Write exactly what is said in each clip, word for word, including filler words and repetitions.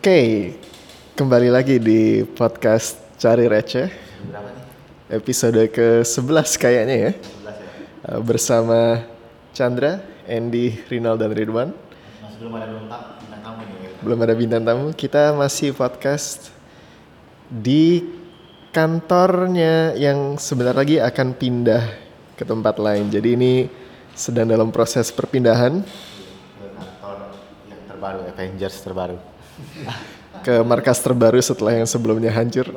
Oke, kembali lagi di podcast Cari Receh. Berapa nih? Episode ke sebelas kayaknya ya. sebelas ya? Uh, Bersama Chandra, Andy, Rinal, dan Ridwan. Masih belum ada bintang, bintang tamu nih ya? Belum ada bintang tamu. Kita masih podcast di kantornya yang sebentar lagi akan pindah ke tempat lain. Jadi ini sedang dalam proses perpindahan Ke kantor yang terbaru, Avengers terbaru. ke markas terbaru setelah yang sebelumnya hancur.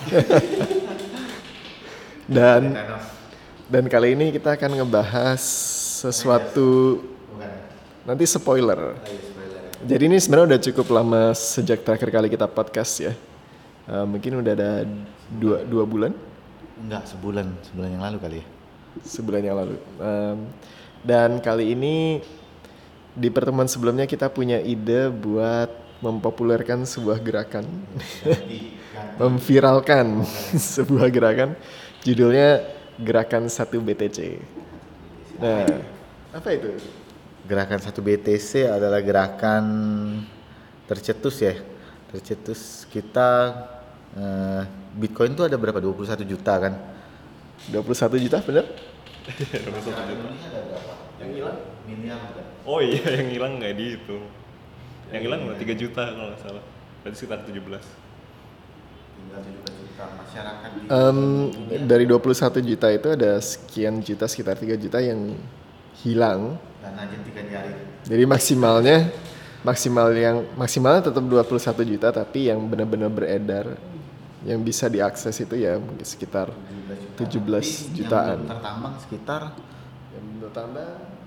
dan dan kali ini kita akan ngebahas sesuatu, Bukan? nanti spoiler. Oh iya, spoiler ya. Jadi ini sebenarnya udah cukup lama sejak terakhir kali kita podcast ya. Uh, mungkin udah ada dua, dua bulan, Enggak, sebulan, sebulan yang lalu kali ya. sebulan yang lalu. Um, dan kali ini di pertemuan sebelumnya kita punya ide buat mempopulerkan sebuah gerakan, Ganti, ganti. memviralkan sebuah gerakan, judulnya Gerakan satu B T C. Nah, apa itu? Gerakan satu B T C adalah gerakan tercetus ya. Tercetus kita eh, Bitcoin tuh ada berapa? dua puluh satu juta kan? dua puluh satu juta bener? Indonesia ada berapa? Yang hilang? Miliar kan? Oh iya, yang hilang nggak dihitung. Yang hilang udah tiga juta kalau nggak salah. Berarti sekitar tujuh belas. Tinggal tujuh belas juta masyarakat di Um, dunia. dari dua puluh satu juta itu ada sekian juta, sekitar tiga juta yang hilang. Dan aja tiga jari. Jadi maksimalnya maksimal yang maksimalnya tetap dua puluh satu juta, tapi yang benar-benar beredar yang bisa diakses itu ya mungkin sekitar tujuh belas Tapi jutaan. Yang belum tertambang sekitar Yang bertambah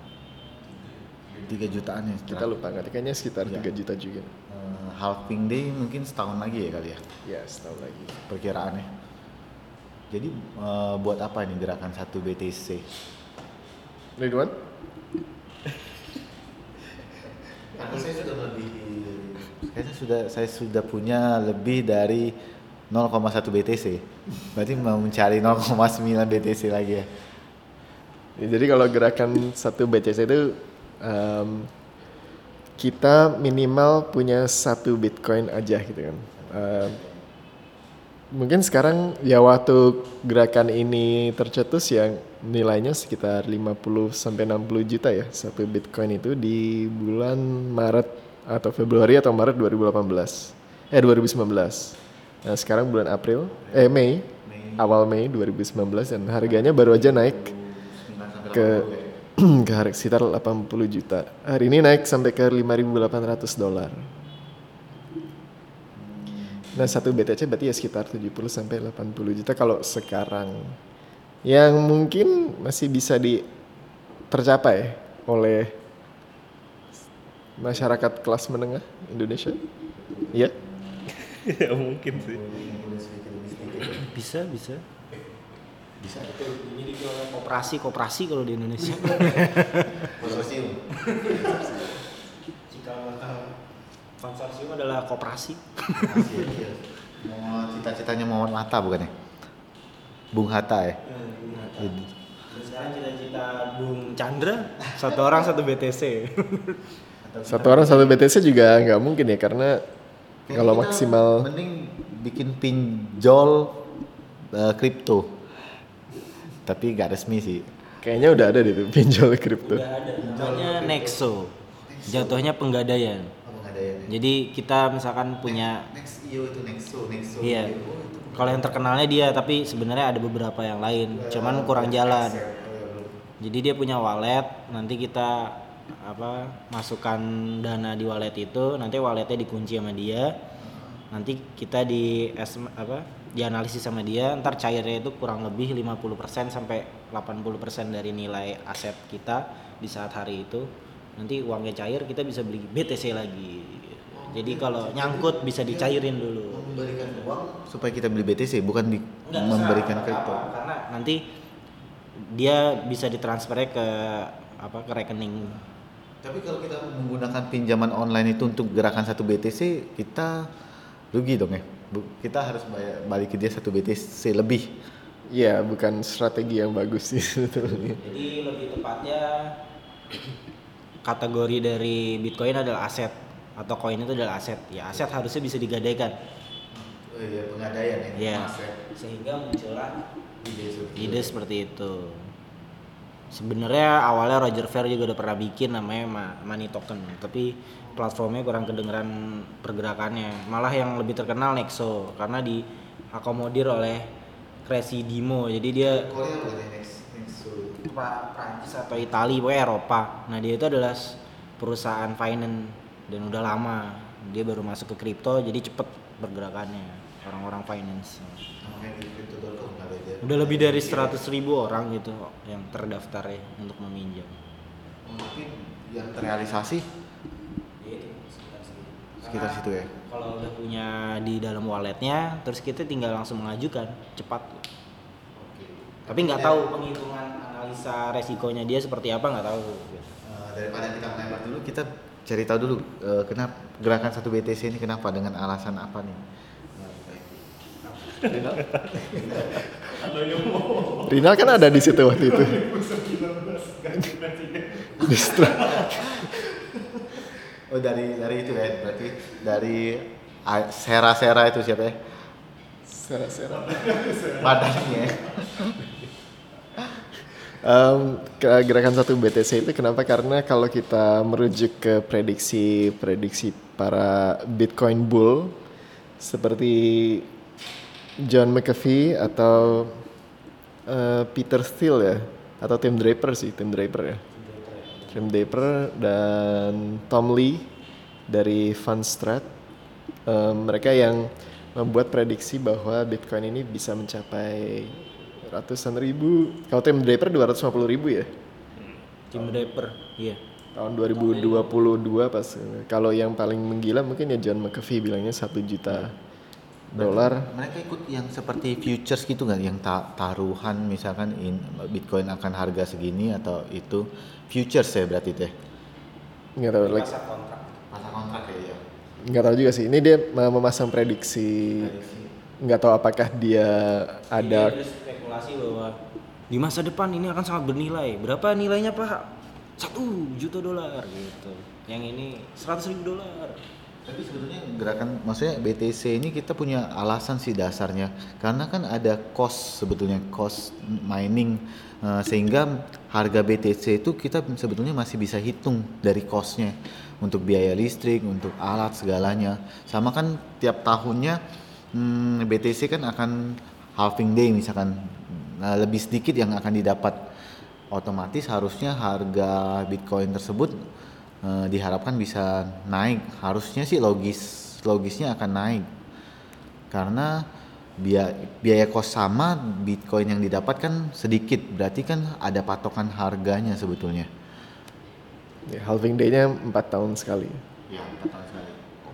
tiga jutaan ya. kita lupa nggak, kayaknya sekitar Iya. tiga juta juga. Uh, halving day mungkin setahun lagi ya kali ya Ya, setahun lagi. perkiraannya. Jadi uh, buat apa ini gerakan satu B T C? Ridwan? Karena saya sudah lebih, kayaknya sudah saya sudah punya lebih dari nol koma satu B T C. Berarti mau mencari nol koma sembilan B T C lagi ya. Ya, jadi kalau gerakan satu B T C itu um, kita minimal punya satu Bitcoin aja gitu kan. Um, mungkin sekarang ya waktu gerakan ini tercetus ya nilainya sekitar lima puluh sampai enam puluh juta ya satu Bitcoin itu di bulan Maret atau Februari atau Maret dua ribu delapan belas. Eh dua ribu sembilan belas. Nah, sekarang bulan April, eh Mei, awal Mei dua ribu sembilan belas dan harganya baru aja naik ke ke harga sekitar delapan puluh juta. Hari ini naik sampai ke lima ribu delapan ratus dolar. Nah, satu B T C berarti ya sekitar tujuh puluh sampai delapan puluh juta kalau sekarang. Yang mungkin masih bisa di tercapai oleh masyarakat kelas menengah Indonesia. Iya. Ya mungkin sih. Bisa, bisa. Bisa betul. Ini dijual koperasi, koperasi kalau di Indonesia. Konsorsium. Jika konsorsium adalah koperasi. Mau cita-citanya Muhammad Hatta bukan ya? Bung Hatta ya? Dan sekarang cita-cita Bung Chandra, satu orang satu B T C. Satu orang satu B T C juga nggak mungkin ya karena Kayaknya kalau kita maksimal mending bikin pinjol uh, kripto. Tapi nggak resmi sih. kayaknya udah ada deh tuh pinjol kripto. Udah ada namanya Nexo. Jatuhnya penggadaian. Oh, nggak ada ya? Jadi kita misalkan punya Next I O itu Nexo, Nexo. iya. Kalau yang terkenalnya dia, tapi sebenarnya ada beberapa yang lain, cuman kurang jalan. Jadi dia punya wallet, nanti kita apa masukkan dana di wallet itu, nanti walletnya dikunci sama dia, nanti kita di apa dianalisis sama dia, ntar cairnya itu kurang lebih lima puluh persen sampai delapan puluh persen dari nilai aset kita di saat hari itu. Nanti uangnya cair, kita bisa beli B T C lagi. Jadi kalau nyangkut bisa dicairin dulu. Memberikan uang supaya kita beli B T C, bukan di Nggak, memberikan terserah, kripto. apa, karena nanti dia bisa ditransfernya ke apa ke rekening. Tapi kalau kita menggunakan pinjaman online itu untuk gerakan satu B T C, kita rugi dong ya. Bu- Kita harus bayar, balik ke dia satu B T C lebih. Iya, bukan strategi yang bagus sih sebetulnya. Jadi lebih tepatnya kategori dari Bitcoin adalah aset. atau koin itu adalah aset. Ya aset harusnya bisa digadaikan. Oh iya, pengadaian ya. Ya, Aset. sehingga muncullah Ide seperti ide itu. seperti itu. Sebenarnya awalnya Roger Ver juga udah pernah bikin namanya ma- money token, tapi platformnya kurang kedengeran pergerakannya. Malah yang lebih terkenal Nexo karena diakomodir oleh Crazy Demo. Jadi dia Korea bukan ya, next next so. Pra- Prancis atau Italia pokoknya Eropa. Nah dia itu adalah s- perusahaan finance dan udah lama dia baru masuk ke kripto jadi cepet pergerakannya orang-orang finance. Namanya di crypto dot com ada dia. Udah lebih dari seratus ribu orang gitu yang terdaftar ya untuk meminjam. Mungkin yang terrealisasi sekitar situ ya. Kalau udah punya di dalam walletnya, terus kita tinggal langsung mengajukan cepat. Tapi nggak tahu penghitungan analisa resikonya dia seperti apa nggak tahu. Eh, daripada kita melempar dulu, kita cari tahu dulu eh, kenapa gerakan satu B T C ini kenapa, dengan alasan apa nih? Rinal kan ada di situ waktu itu. Distra- Oh dari dari itu ya, berarti dari ah, sera-sera itu siapa ya? Sera-sera. Badannya. Em, ke- gerakan satu B T C itu kenapa? Karena kalau kita merujuk ke prediksi-prediksi para Bitcoin bull seperti John McAfee atau eh, Peter Thiel ya, atau Tim Draper sih, Tim Draper ya. Tim Draper dan Tom Lee dari Fundstrat. Em, mereka yang membuat prediksi bahwa Bitcoin ini bisa mencapai ratusan ribu. Kalau Tim Draper dua ratus lima puluh ribu ya Tim Draper, iya. tahun dua ribu dua puluh dua pas. Kalau yang paling menggila mungkin ya John McAfee bilangnya satu juta dolar. Mereka ikut yang seperti futures gitu nggak, yang ta- taruhan misalkan in, Bitcoin akan harga segini atau itu futures ya berarti teh. Nggak tahu like, Pasar kontrak. Pasar kontrak ya ya. nggak tahu juga sih. Ini dia uh, memasang prediksi. Nggak tahu apakah dia ada. Ada spekulasi bahwa di masa depan ini akan sangat bernilai. Berapa nilainya Pak? Satu juta dolar gitu. Yang ini seratus ribu dolar. Tapi sebetulnya gerakan, maksudnya B T C ini kita punya alasan sih dasarnya, karena kan ada cost, sebetulnya cost mining, eh, sehingga harga B T C itu kita sebetulnya masih bisa hitung dari costnya untuk biaya listrik, untuk alat segalanya. Sama kan tiap tahunnya hmm, B T C kan akan halving day misalkan, nah, lebih sedikit yang akan didapat, otomatis harusnya harga Bitcoin tersebut eh, diharapkan bisa naik. Harusnya sih logis logisnya akan naik karena biaya biaya kos sama, Bitcoin yang didapat kan sedikit, berarti kan ada patokan harganya sebetulnya. Ya, halving day-nya empat tahun sekali. Iya, patokan sekali.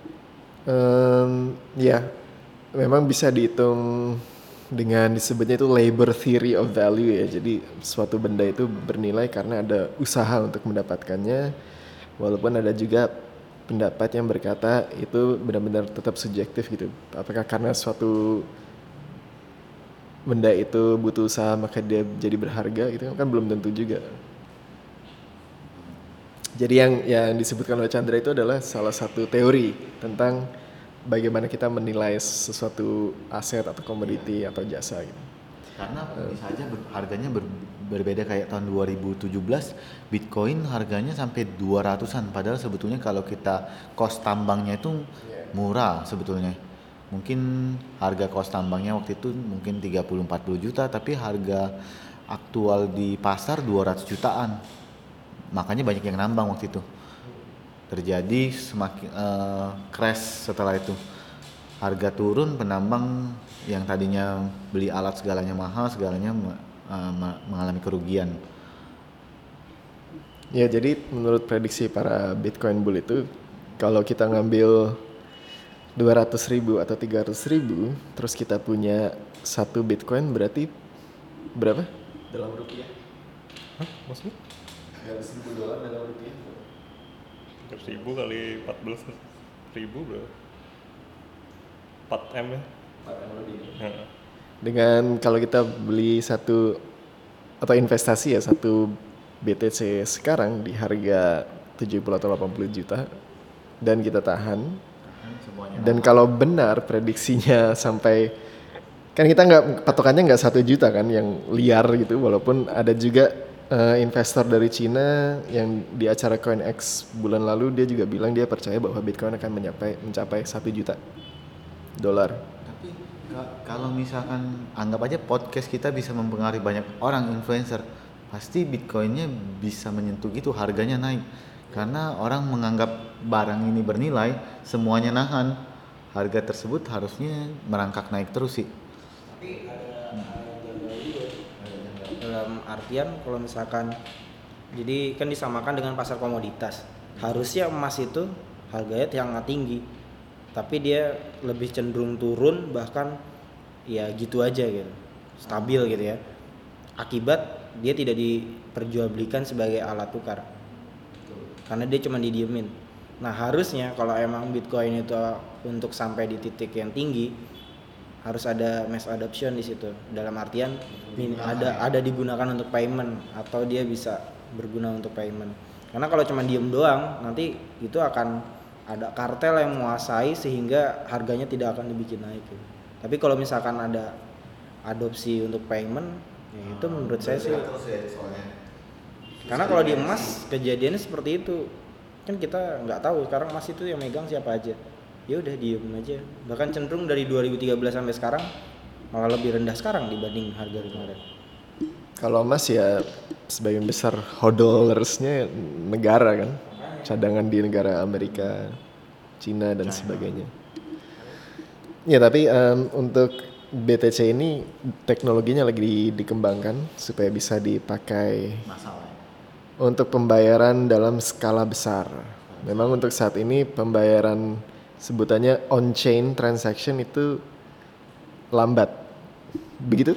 Em, ya, memang bisa dihitung dengan disebutnya itu labor theory of value ya. Jadi suatu benda itu bernilai karena ada usaha untuk mendapatkannya, walaupun ada juga pendapat yang berkata itu benar-benar tetap subjektif gitu. Apakah karena suatu benda itu butuh usaha maka dia jadi berharga gitu kan belum tentu juga. Jadi yang yang disebutkan oleh Chandra itu adalah salah satu teori tentang bagaimana kita menilai sesuatu aset atau komoditi atau jasa gitu. Karena bisa aja ber- harganya ber- berbeda, kayak tahun dua ribu tujuh belas Bitcoin harganya sampai dua ratusan, padahal sebetulnya kalau kita cost tambangnya itu murah sebetulnya. Mungkin harga cost tambangnya waktu itu mungkin tiga puluh sampai empat puluh juta, tapi harga aktual di pasar dua ratus jutaan. Makanya banyak yang nambang waktu itu. Terjadi semakin eh, crash setelah itu. Harga turun, penambang yang tadinya beli alat segalanya mahal, segalanya uh, mengalami kerugian. Ya jadi menurut prediksi para Bitcoin bull itu kalau kita ngambil dua ratus ribu atau tiga ratus ribu terus kita punya satu Bitcoin berarti berapa? Dalam rupiah? Hah? Maksudnya? tiga ratus ribu dolar dalam rupiah. tiga ratus ribu kali empat belas ribu berapa? empat M ya? empat M lebih. Heeh. Dengan kalau kita beli satu atau investasi ya satu B T C sekarang di harga tujuh puluh atau delapan puluh juta, dan kita tahan. Semuanya Dan kalau benar prediksinya sampai, kan kita nggak, patokannya nggak satu juta kan yang liar gitu, walaupun ada juga uh, investor dari Cina yang di acara CoinEx bulan lalu dia juga bilang dia percaya bahwa Bitcoin akan mencapai mencapai satu juta dolar. Tapi ka- kalau misalkan anggap aja podcast kita bisa mempengaruhi banyak orang influencer, pasti Bitcoinnya bisa menyentuh gitu, harganya naik. Karena orang menganggap barang ini bernilai, semuanya nahan, harga tersebut harusnya merangkak naik terus sih. Tapi ada hal yang janggal juga dalam artian kalau misalkan, jadi kan disamakan dengan pasar komoditas, harusnya emas itu harganya sangat tinggi, tapi dia lebih cenderung turun, bahkan ya gitu aja gitu, stabil gitu ya, akibat dia tidak diperjualbelikan sebagai alat tukar karena dia cuma didiemin. Nah harusnya kalau emang Bitcoin itu untuk sampai di titik yang tinggi harus ada mass adoption di situ, dalam artian min- ada ada digunakan untuk payment atau dia bisa berguna untuk payment. Karena kalau cuma diem doang nanti itu akan ada kartel yang menguasai sehingga harganya tidak akan dibikin naik gitu. Tapi kalau misalkan ada adopsi untuk payment, ya itu menurut saya sih. Karena kalau di emas kejadiannya seperti itu, kan kita nggak tahu sekarang emas itu yang megang siapa aja. Ya udah diem aja. Bahkan cenderung dari dua ribu tiga belas sampai sekarang malah lebih rendah sekarang dibanding harga kemarin. Kalau emas ya sebagian besar hodlersnya negara kan, cadangan di negara Amerika, Cina dan sebagainya. Ya tapi um, untuk B T C ini teknologinya lagi di- dikembangkan supaya bisa dipakai Masalah. untuk pembayaran dalam skala besar. Memang untuk saat ini pembayaran sebutannya on-chain transaction itu lambat. Begitu?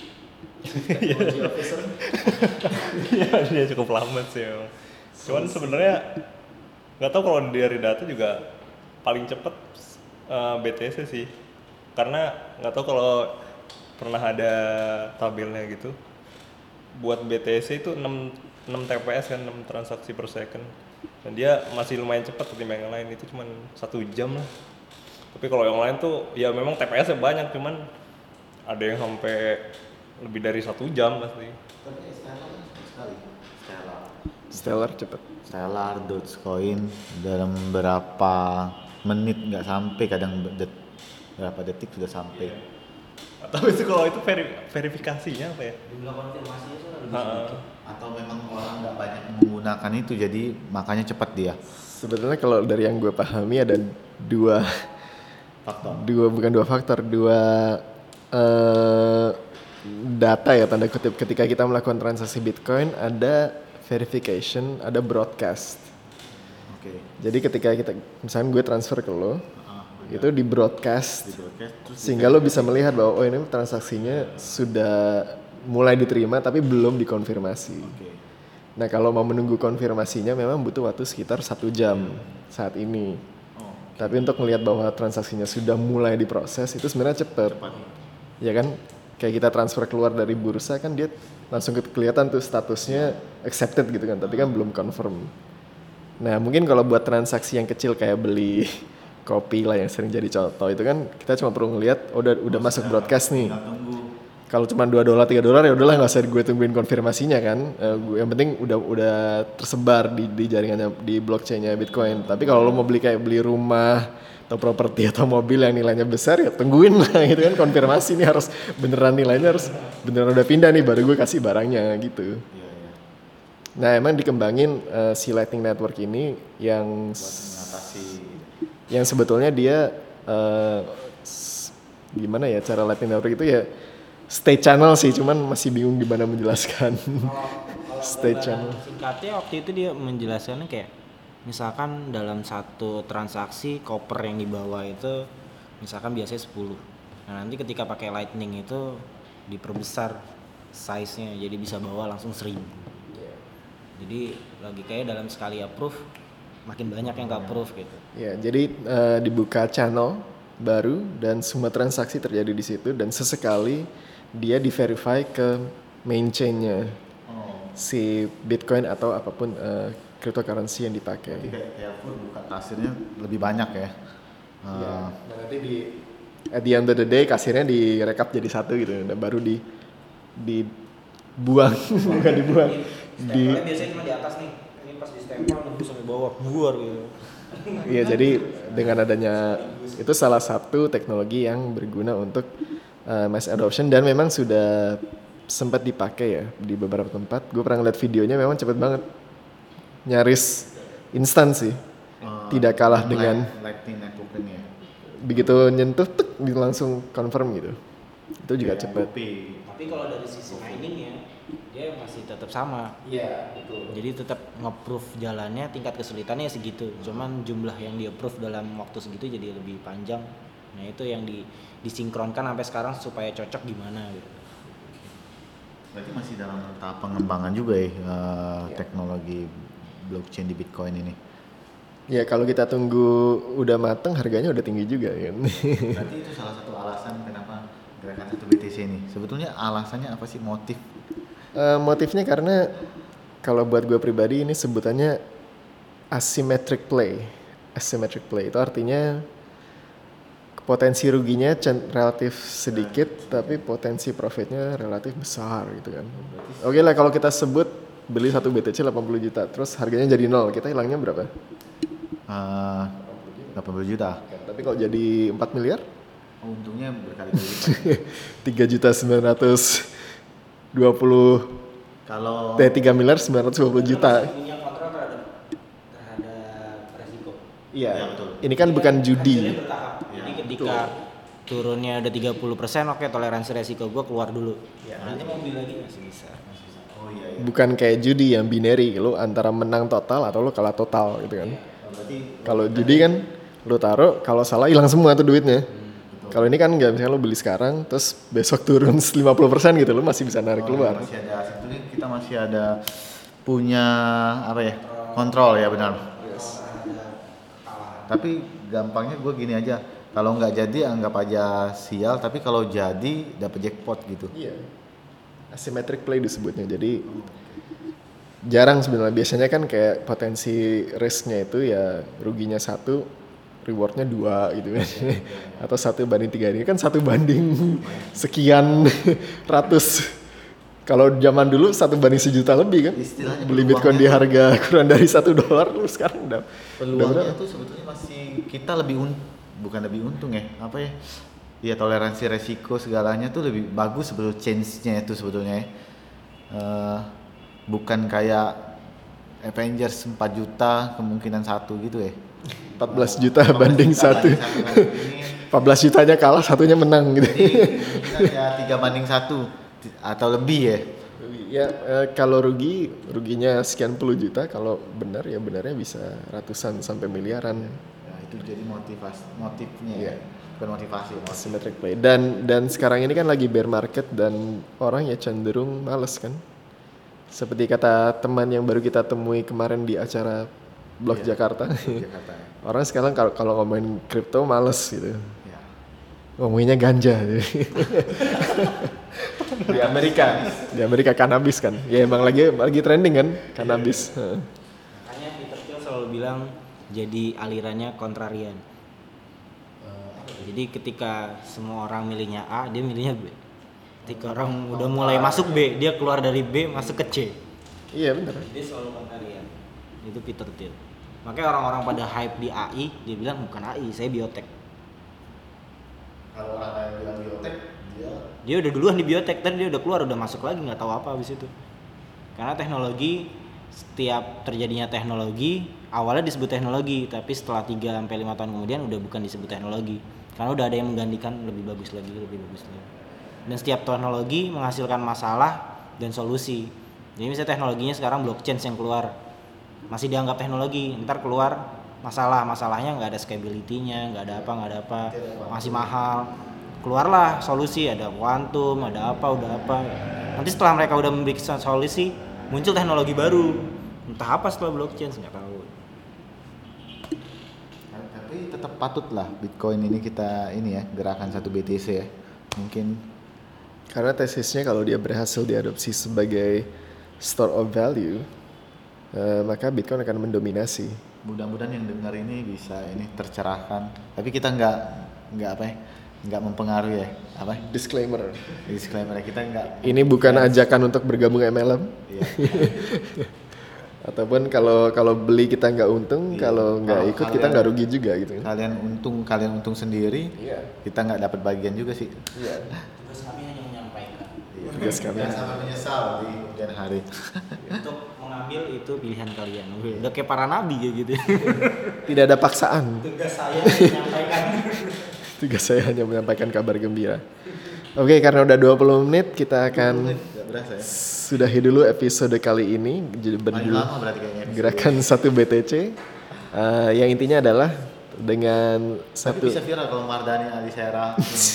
Iya, dia cukup lambat sih memang. Cuman sebenarnya nggak tahu kalau dari data juga paling cepet eh, B T C sih. Karena nggak tahu kalau pernah ada tabelnya gitu. Buat B T C itu enam enam T P S kan, enam transaksi per second. Dan dia masih lumayan cepat ketimbang yang lain, itu cuma satu jam lah. Tapi kalau yang lain tuh ya memang T P S-nya banyak, cuman ada yang sampai lebih dari satu jam pasti. Tapi Stellar sekali. Stellar. Stellar cepet. Stellar, Dogecoin dalam berapa menit nggak sampai, kadang det- berapa detik sudah sampai. Tapi itu kalau itu veri- verifikasinya apa ya? Jumlah konfirmasinya tuh lebih Ha, sedikit. Atau memang orang nggak banyak menggunakan itu, jadi makanya cepat dia. Sebetulnya kalau dari yang gue pahami ada dua Faktor. dua bukan dua faktor, dua eh, data ya tanda kutip. Ketika kita melakukan transaksi Bitcoin ada verification, ada broadcast. Oke. Jadi ketika kita misalnya gue transfer ke lo, Ah, itu di broadcast di broadcast terus sehingga lo bisa melihat bahwa oh ini transaksinya sudah mulai diterima tapi belum dikonfirmasi. Oke. Nah kalau mau menunggu konfirmasinya memang butuh waktu sekitar satu jam saat ini. Oh, Tapi untuk melihat bahwa transaksinya sudah mulai diproses itu sebenarnya cepet. cepat. Ya kan, kayak kita transfer keluar dari bursa kan dia langsung ke- kelihatan tuh statusnya accepted gitu kan, tapi kan belum confirm. Nah mungkin kalau buat transaksi yang kecil kayak beli kopi lah yang sering jadi contoh itu kan kita cuma perlu ngelihat oh, udah udah masuk broadcast nih. Tinggal tunggu. Kalau cuma dua dolar tiga dolar ya udahlah nggak usah gue tungguin konfirmasinya kan. Eh, gue- yang penting udah udah tersebar di di jaringannya di blockchainnya Bitcoin. Tapi kalau lo mau beli kayak beli rumah atau properti atau mobil yang nilainya besar ya tungguin lah gitu kan, konfirmasi nih harus beneran nilainya harus beneran udah pindah nih baru gue kasih barangnya gitu. Iya, iya. Nah emang dikembangin eh, si Lightning Network ini yang s- Mengatasi. yang sebetulnya dia eh, s- gimana ya cara Lightning Network itu ya state channel sih, cuman masih bingung gimana menjelaskan. State channel. Singkatnya waktu itu dia menjelaskannya kayak misalkan dalam satu transaksi koper yang dibawa itu misalkan biasanya sepuluh. Nah nanti ketika pakai Lightning itu diperbesar size-nya jadi bisa bawa langsung seribu. Jadi logikanya dalam sekali approve makin banyak yang nggak approve gitu. Ya, jadi eh, dibuka channel baru dan semua transaksi terjadi di situ dan sesekali dia di-verify ke main chain-nya Oh, si Bitcoin atau apapun eh, cryptocurrency yang dipakai. Jadi kayak Carrefour buka kasirnya lebih banyak ya. Uh, Ya, nah nanti di at the end of the day kasirnya direkap jadi satu gitu, dan baru di dibuang, bukan dibuang, di Stempelnya biasanya cuma di atas nih. Ini pas di stempel nembus sampai bawah, buar gitu. Iya, jadi dengan adanya itu salah satu teknologi yang berguna untuk uh, mass adoption dan memang sudah sempat dipakai ya di beberapa tempat. Gue pernah ngeliat videonya, memang cepet banget, nyaris instan sih, uh, tidak kalah light- dengan Lightning Network ini ya. begitu nyentuh tuk, langsung confirm gitu. Itu juga Kayak cepet. GoPay. Tapi kalau dari sisi miningnya, dia masih tetap sama. Iya, betul. Jadi tetap nge-proof jalannya, tingkat kesulitannya segitu. Cuman jumlah yang di approve dalam waktu segitu jadi lebih panjang. Nah itu yang di disinkronkan sampai sekarang supaya cocok gimana gitu. Berarti masih dalam tahap pengembangan juga ya uh, teknologi blockchain di Bitcoin ini. Ya kalau kita tunggu udah mateng, harganya udah tinggi juga kan. Berarti itu salah satu alasan kenapa gerakan satu B T C ini. Sebetulnya alasannya apa sih, motif? Eh, motifnya karena kalau buat gue pribadi ini sebutannya asymmetric play. Asymmetric play itu artinya potensi ruginya cen- relatif sedikit, tapi potensi profitnya relatif besar gitu kan. Oke lah kalau kita sebut beli satu B T C delapan puluh juta, terus harganya jadi nol, kita hilangnya berapa? Uh, delapan puluh juta. Tapi kalau jadi empat miliar, Oh, untungnya berkali-kali lipat. tiga juta sembilan ratus dua puluh, Kalau eh tiga miliar sembilan ratus dua puluh juta. Punya kontrol terhadap terhadap resiko. Iya, Ya, betul. ini kan bukan judi. Hasilnya bertahap. Jadi ketika turunnya udah tiga puluh persen, oke toleransi resiko gue keluar dulu. Nanti mau beli lagi masih bisa. Oh iya iya. Bukan kayak judi yang binary, lo antara menang total atau lo kalah total gitu kan. Oh, berarti Kalau judi kan lo taruh, kalau salah hilang semua tuh duitnya. Kalau ini kan nggak, misalnya lo beli sekarang, terus besok turun lima puluh persen gitu, lo masih bisa narik oh, keluar. masih ada sebetulnya kita masih ada punya apa ya? Kontrol ya, benar. Tapi gampangnya gue gini aja. Kalau nggak jadi anggap aja sial, tapi kalau jadi dapat jackpot gitu. Iya. Asymmetric play disebutnya. Jadi jarang sebenarnya. Biasanya kan kayak potensi risknya itu ya ruginya satu, rewardnya dua gitu kan. Atau satu banding tiga, ini kan satu banding sekian ratus. Kalau zaman dulu satu banding sejuta lebih kan. Istilahnya Beli Bitcoin di harga kurang dari satu dolar, lu sekarang udah Peluangnya tuh sebetulnya masih kita lebih un, bukan lebih untung ya, apa ya? Ya toleransi resiko segalanya tuh lebih bagus sebetulnya, change-nya itu sebetulnya ya. Eh, bukan kayak Avengers empat juta kemungkinan satu gitu ya. empat belas juta banding satu. banding satu kan. Ini empat belas jutanya kalah, satunya menang gitu. kemungkinan ya tiga banding satu atau lebih ya. Ya eh, kalau rugi, ruginya sekian puluh juta, kalau benar ya benarnya bisa ratusan sampai miliaran. Ya, itu jadi motivasi motifnya Iya. ya. Bukan motivasi, motif. Asymmetric play. Dan dan sekarang ini kan lagi bear market dan orang ya cenderung males kan. Seperti kata teman yang baru kita temui kemarin di acara Blog Iya, Jakarta. Jakarta. Orang sekarang kalau kalau ngomongin kripto males gitu. Ya. Ngomonginnya ganja. Di Amerika, di Amerika kanabis kan. Ya emang lagi lagi trending kan kanabis. Heeh. Makanya Peter Thiel selalu bilang jadi alirannya kontrarian. Jadi ketika semua orang milihnya A, dia milihnya B. Ketika orang udah mulai masuk B, dia keluar dari B masuk ke C. Iya benar. Dia selalu kontrarian. Itu Peter Thiel. Makanya orang-orang pada hype di A I, dia bilang bukan A I, saya biotek. Kalau orang lain bilang biotek, dia Dia udah duluan di biotek, dan dia udah keluar, udah masuk lagi, nggak tahu apa habis itu. Karena teknologi, setiap terjadinya teknologi, awalnya disebut teknologi, tapi setelah tiga sampai lima tahun kemudian udah bukan disebut teknologi. Karena udah ada yang menggantikan lebih bagus lagi, lebih bagus lagi. Dan setiap teknologi menghasilkan masalah dan solusi. Jadi misalnya teknologinya sekarang blockchain yang keluar, masih dianggap teknologi, ntar keluar masalah, masalahnya nggak ada scalability-nya, nggak ada apa, nggak ada apa, masih mahal. Keluarlah solusi, ada quantum, ada apa, udah apa. Nanti setelah mereka udah membuat solusi, muncul teknologi baru. Entah apa setelah blockchain, nggak tahu. tapi tetap patut lah Bitcoin ini kita ini ya gerakan satu B T C ya. Mungkin Karena tesisnya kalau dia berhasil diadopsi sebagai store of value, uh, maka Bitcoin akan mendominasi. Mudah-mudahan yang dengar ini bisa ini tercerahkan. Tapi kita nggak nggak apa ya, nggak mempengaruhi ya apa ya? Disclaimer. Disclaimer kita nggak. Ini bukan ajakan untuk bergabung M L M. Iya. Ataupun kalau kalau beli kita nggak untung, Iya. kalau nggak Kalau ikut kita kalian- nggak rugi juga gitu. Kalian untung kalian untung sendiri. Iya. Kita nggak dapat bagian juga sih. Iya. Tugas kami hanya menyampaikan. Tugas kami. Jangan sampai menyesal di kemudian hari. Untuk mengambil itu pilihan kalian. Udah kayak para nabi kayak gitu. Tidak ada paksaan. Tugas saya menyampaikan. Tugas saya hanya menyampaikan kabar gembira. Oke, karena udah dua puluh menit kita akan Nggak berasa ya. sudahi dulu episode kali ini jadi Paling berjudul lama berarti kayaknya. Gerakan satu B T C. Uh, yang intinya adalah dengan Tapi satu bisa viral kalau Mardani Alisera.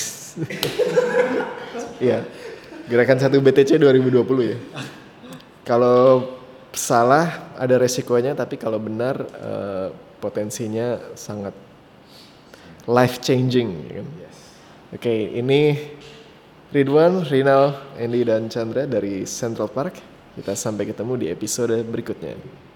Iya. Gerakan satu B T C dua ribu dua puluh ya. Kalau salah ada resikonya, tapi kalau benar uh, potensinya sangat life changing ya kan? Oke, ini Ridwan, Rinal, Andy dan Chandra dari Central Park. Kita sampai ketemu di episode berikutnya.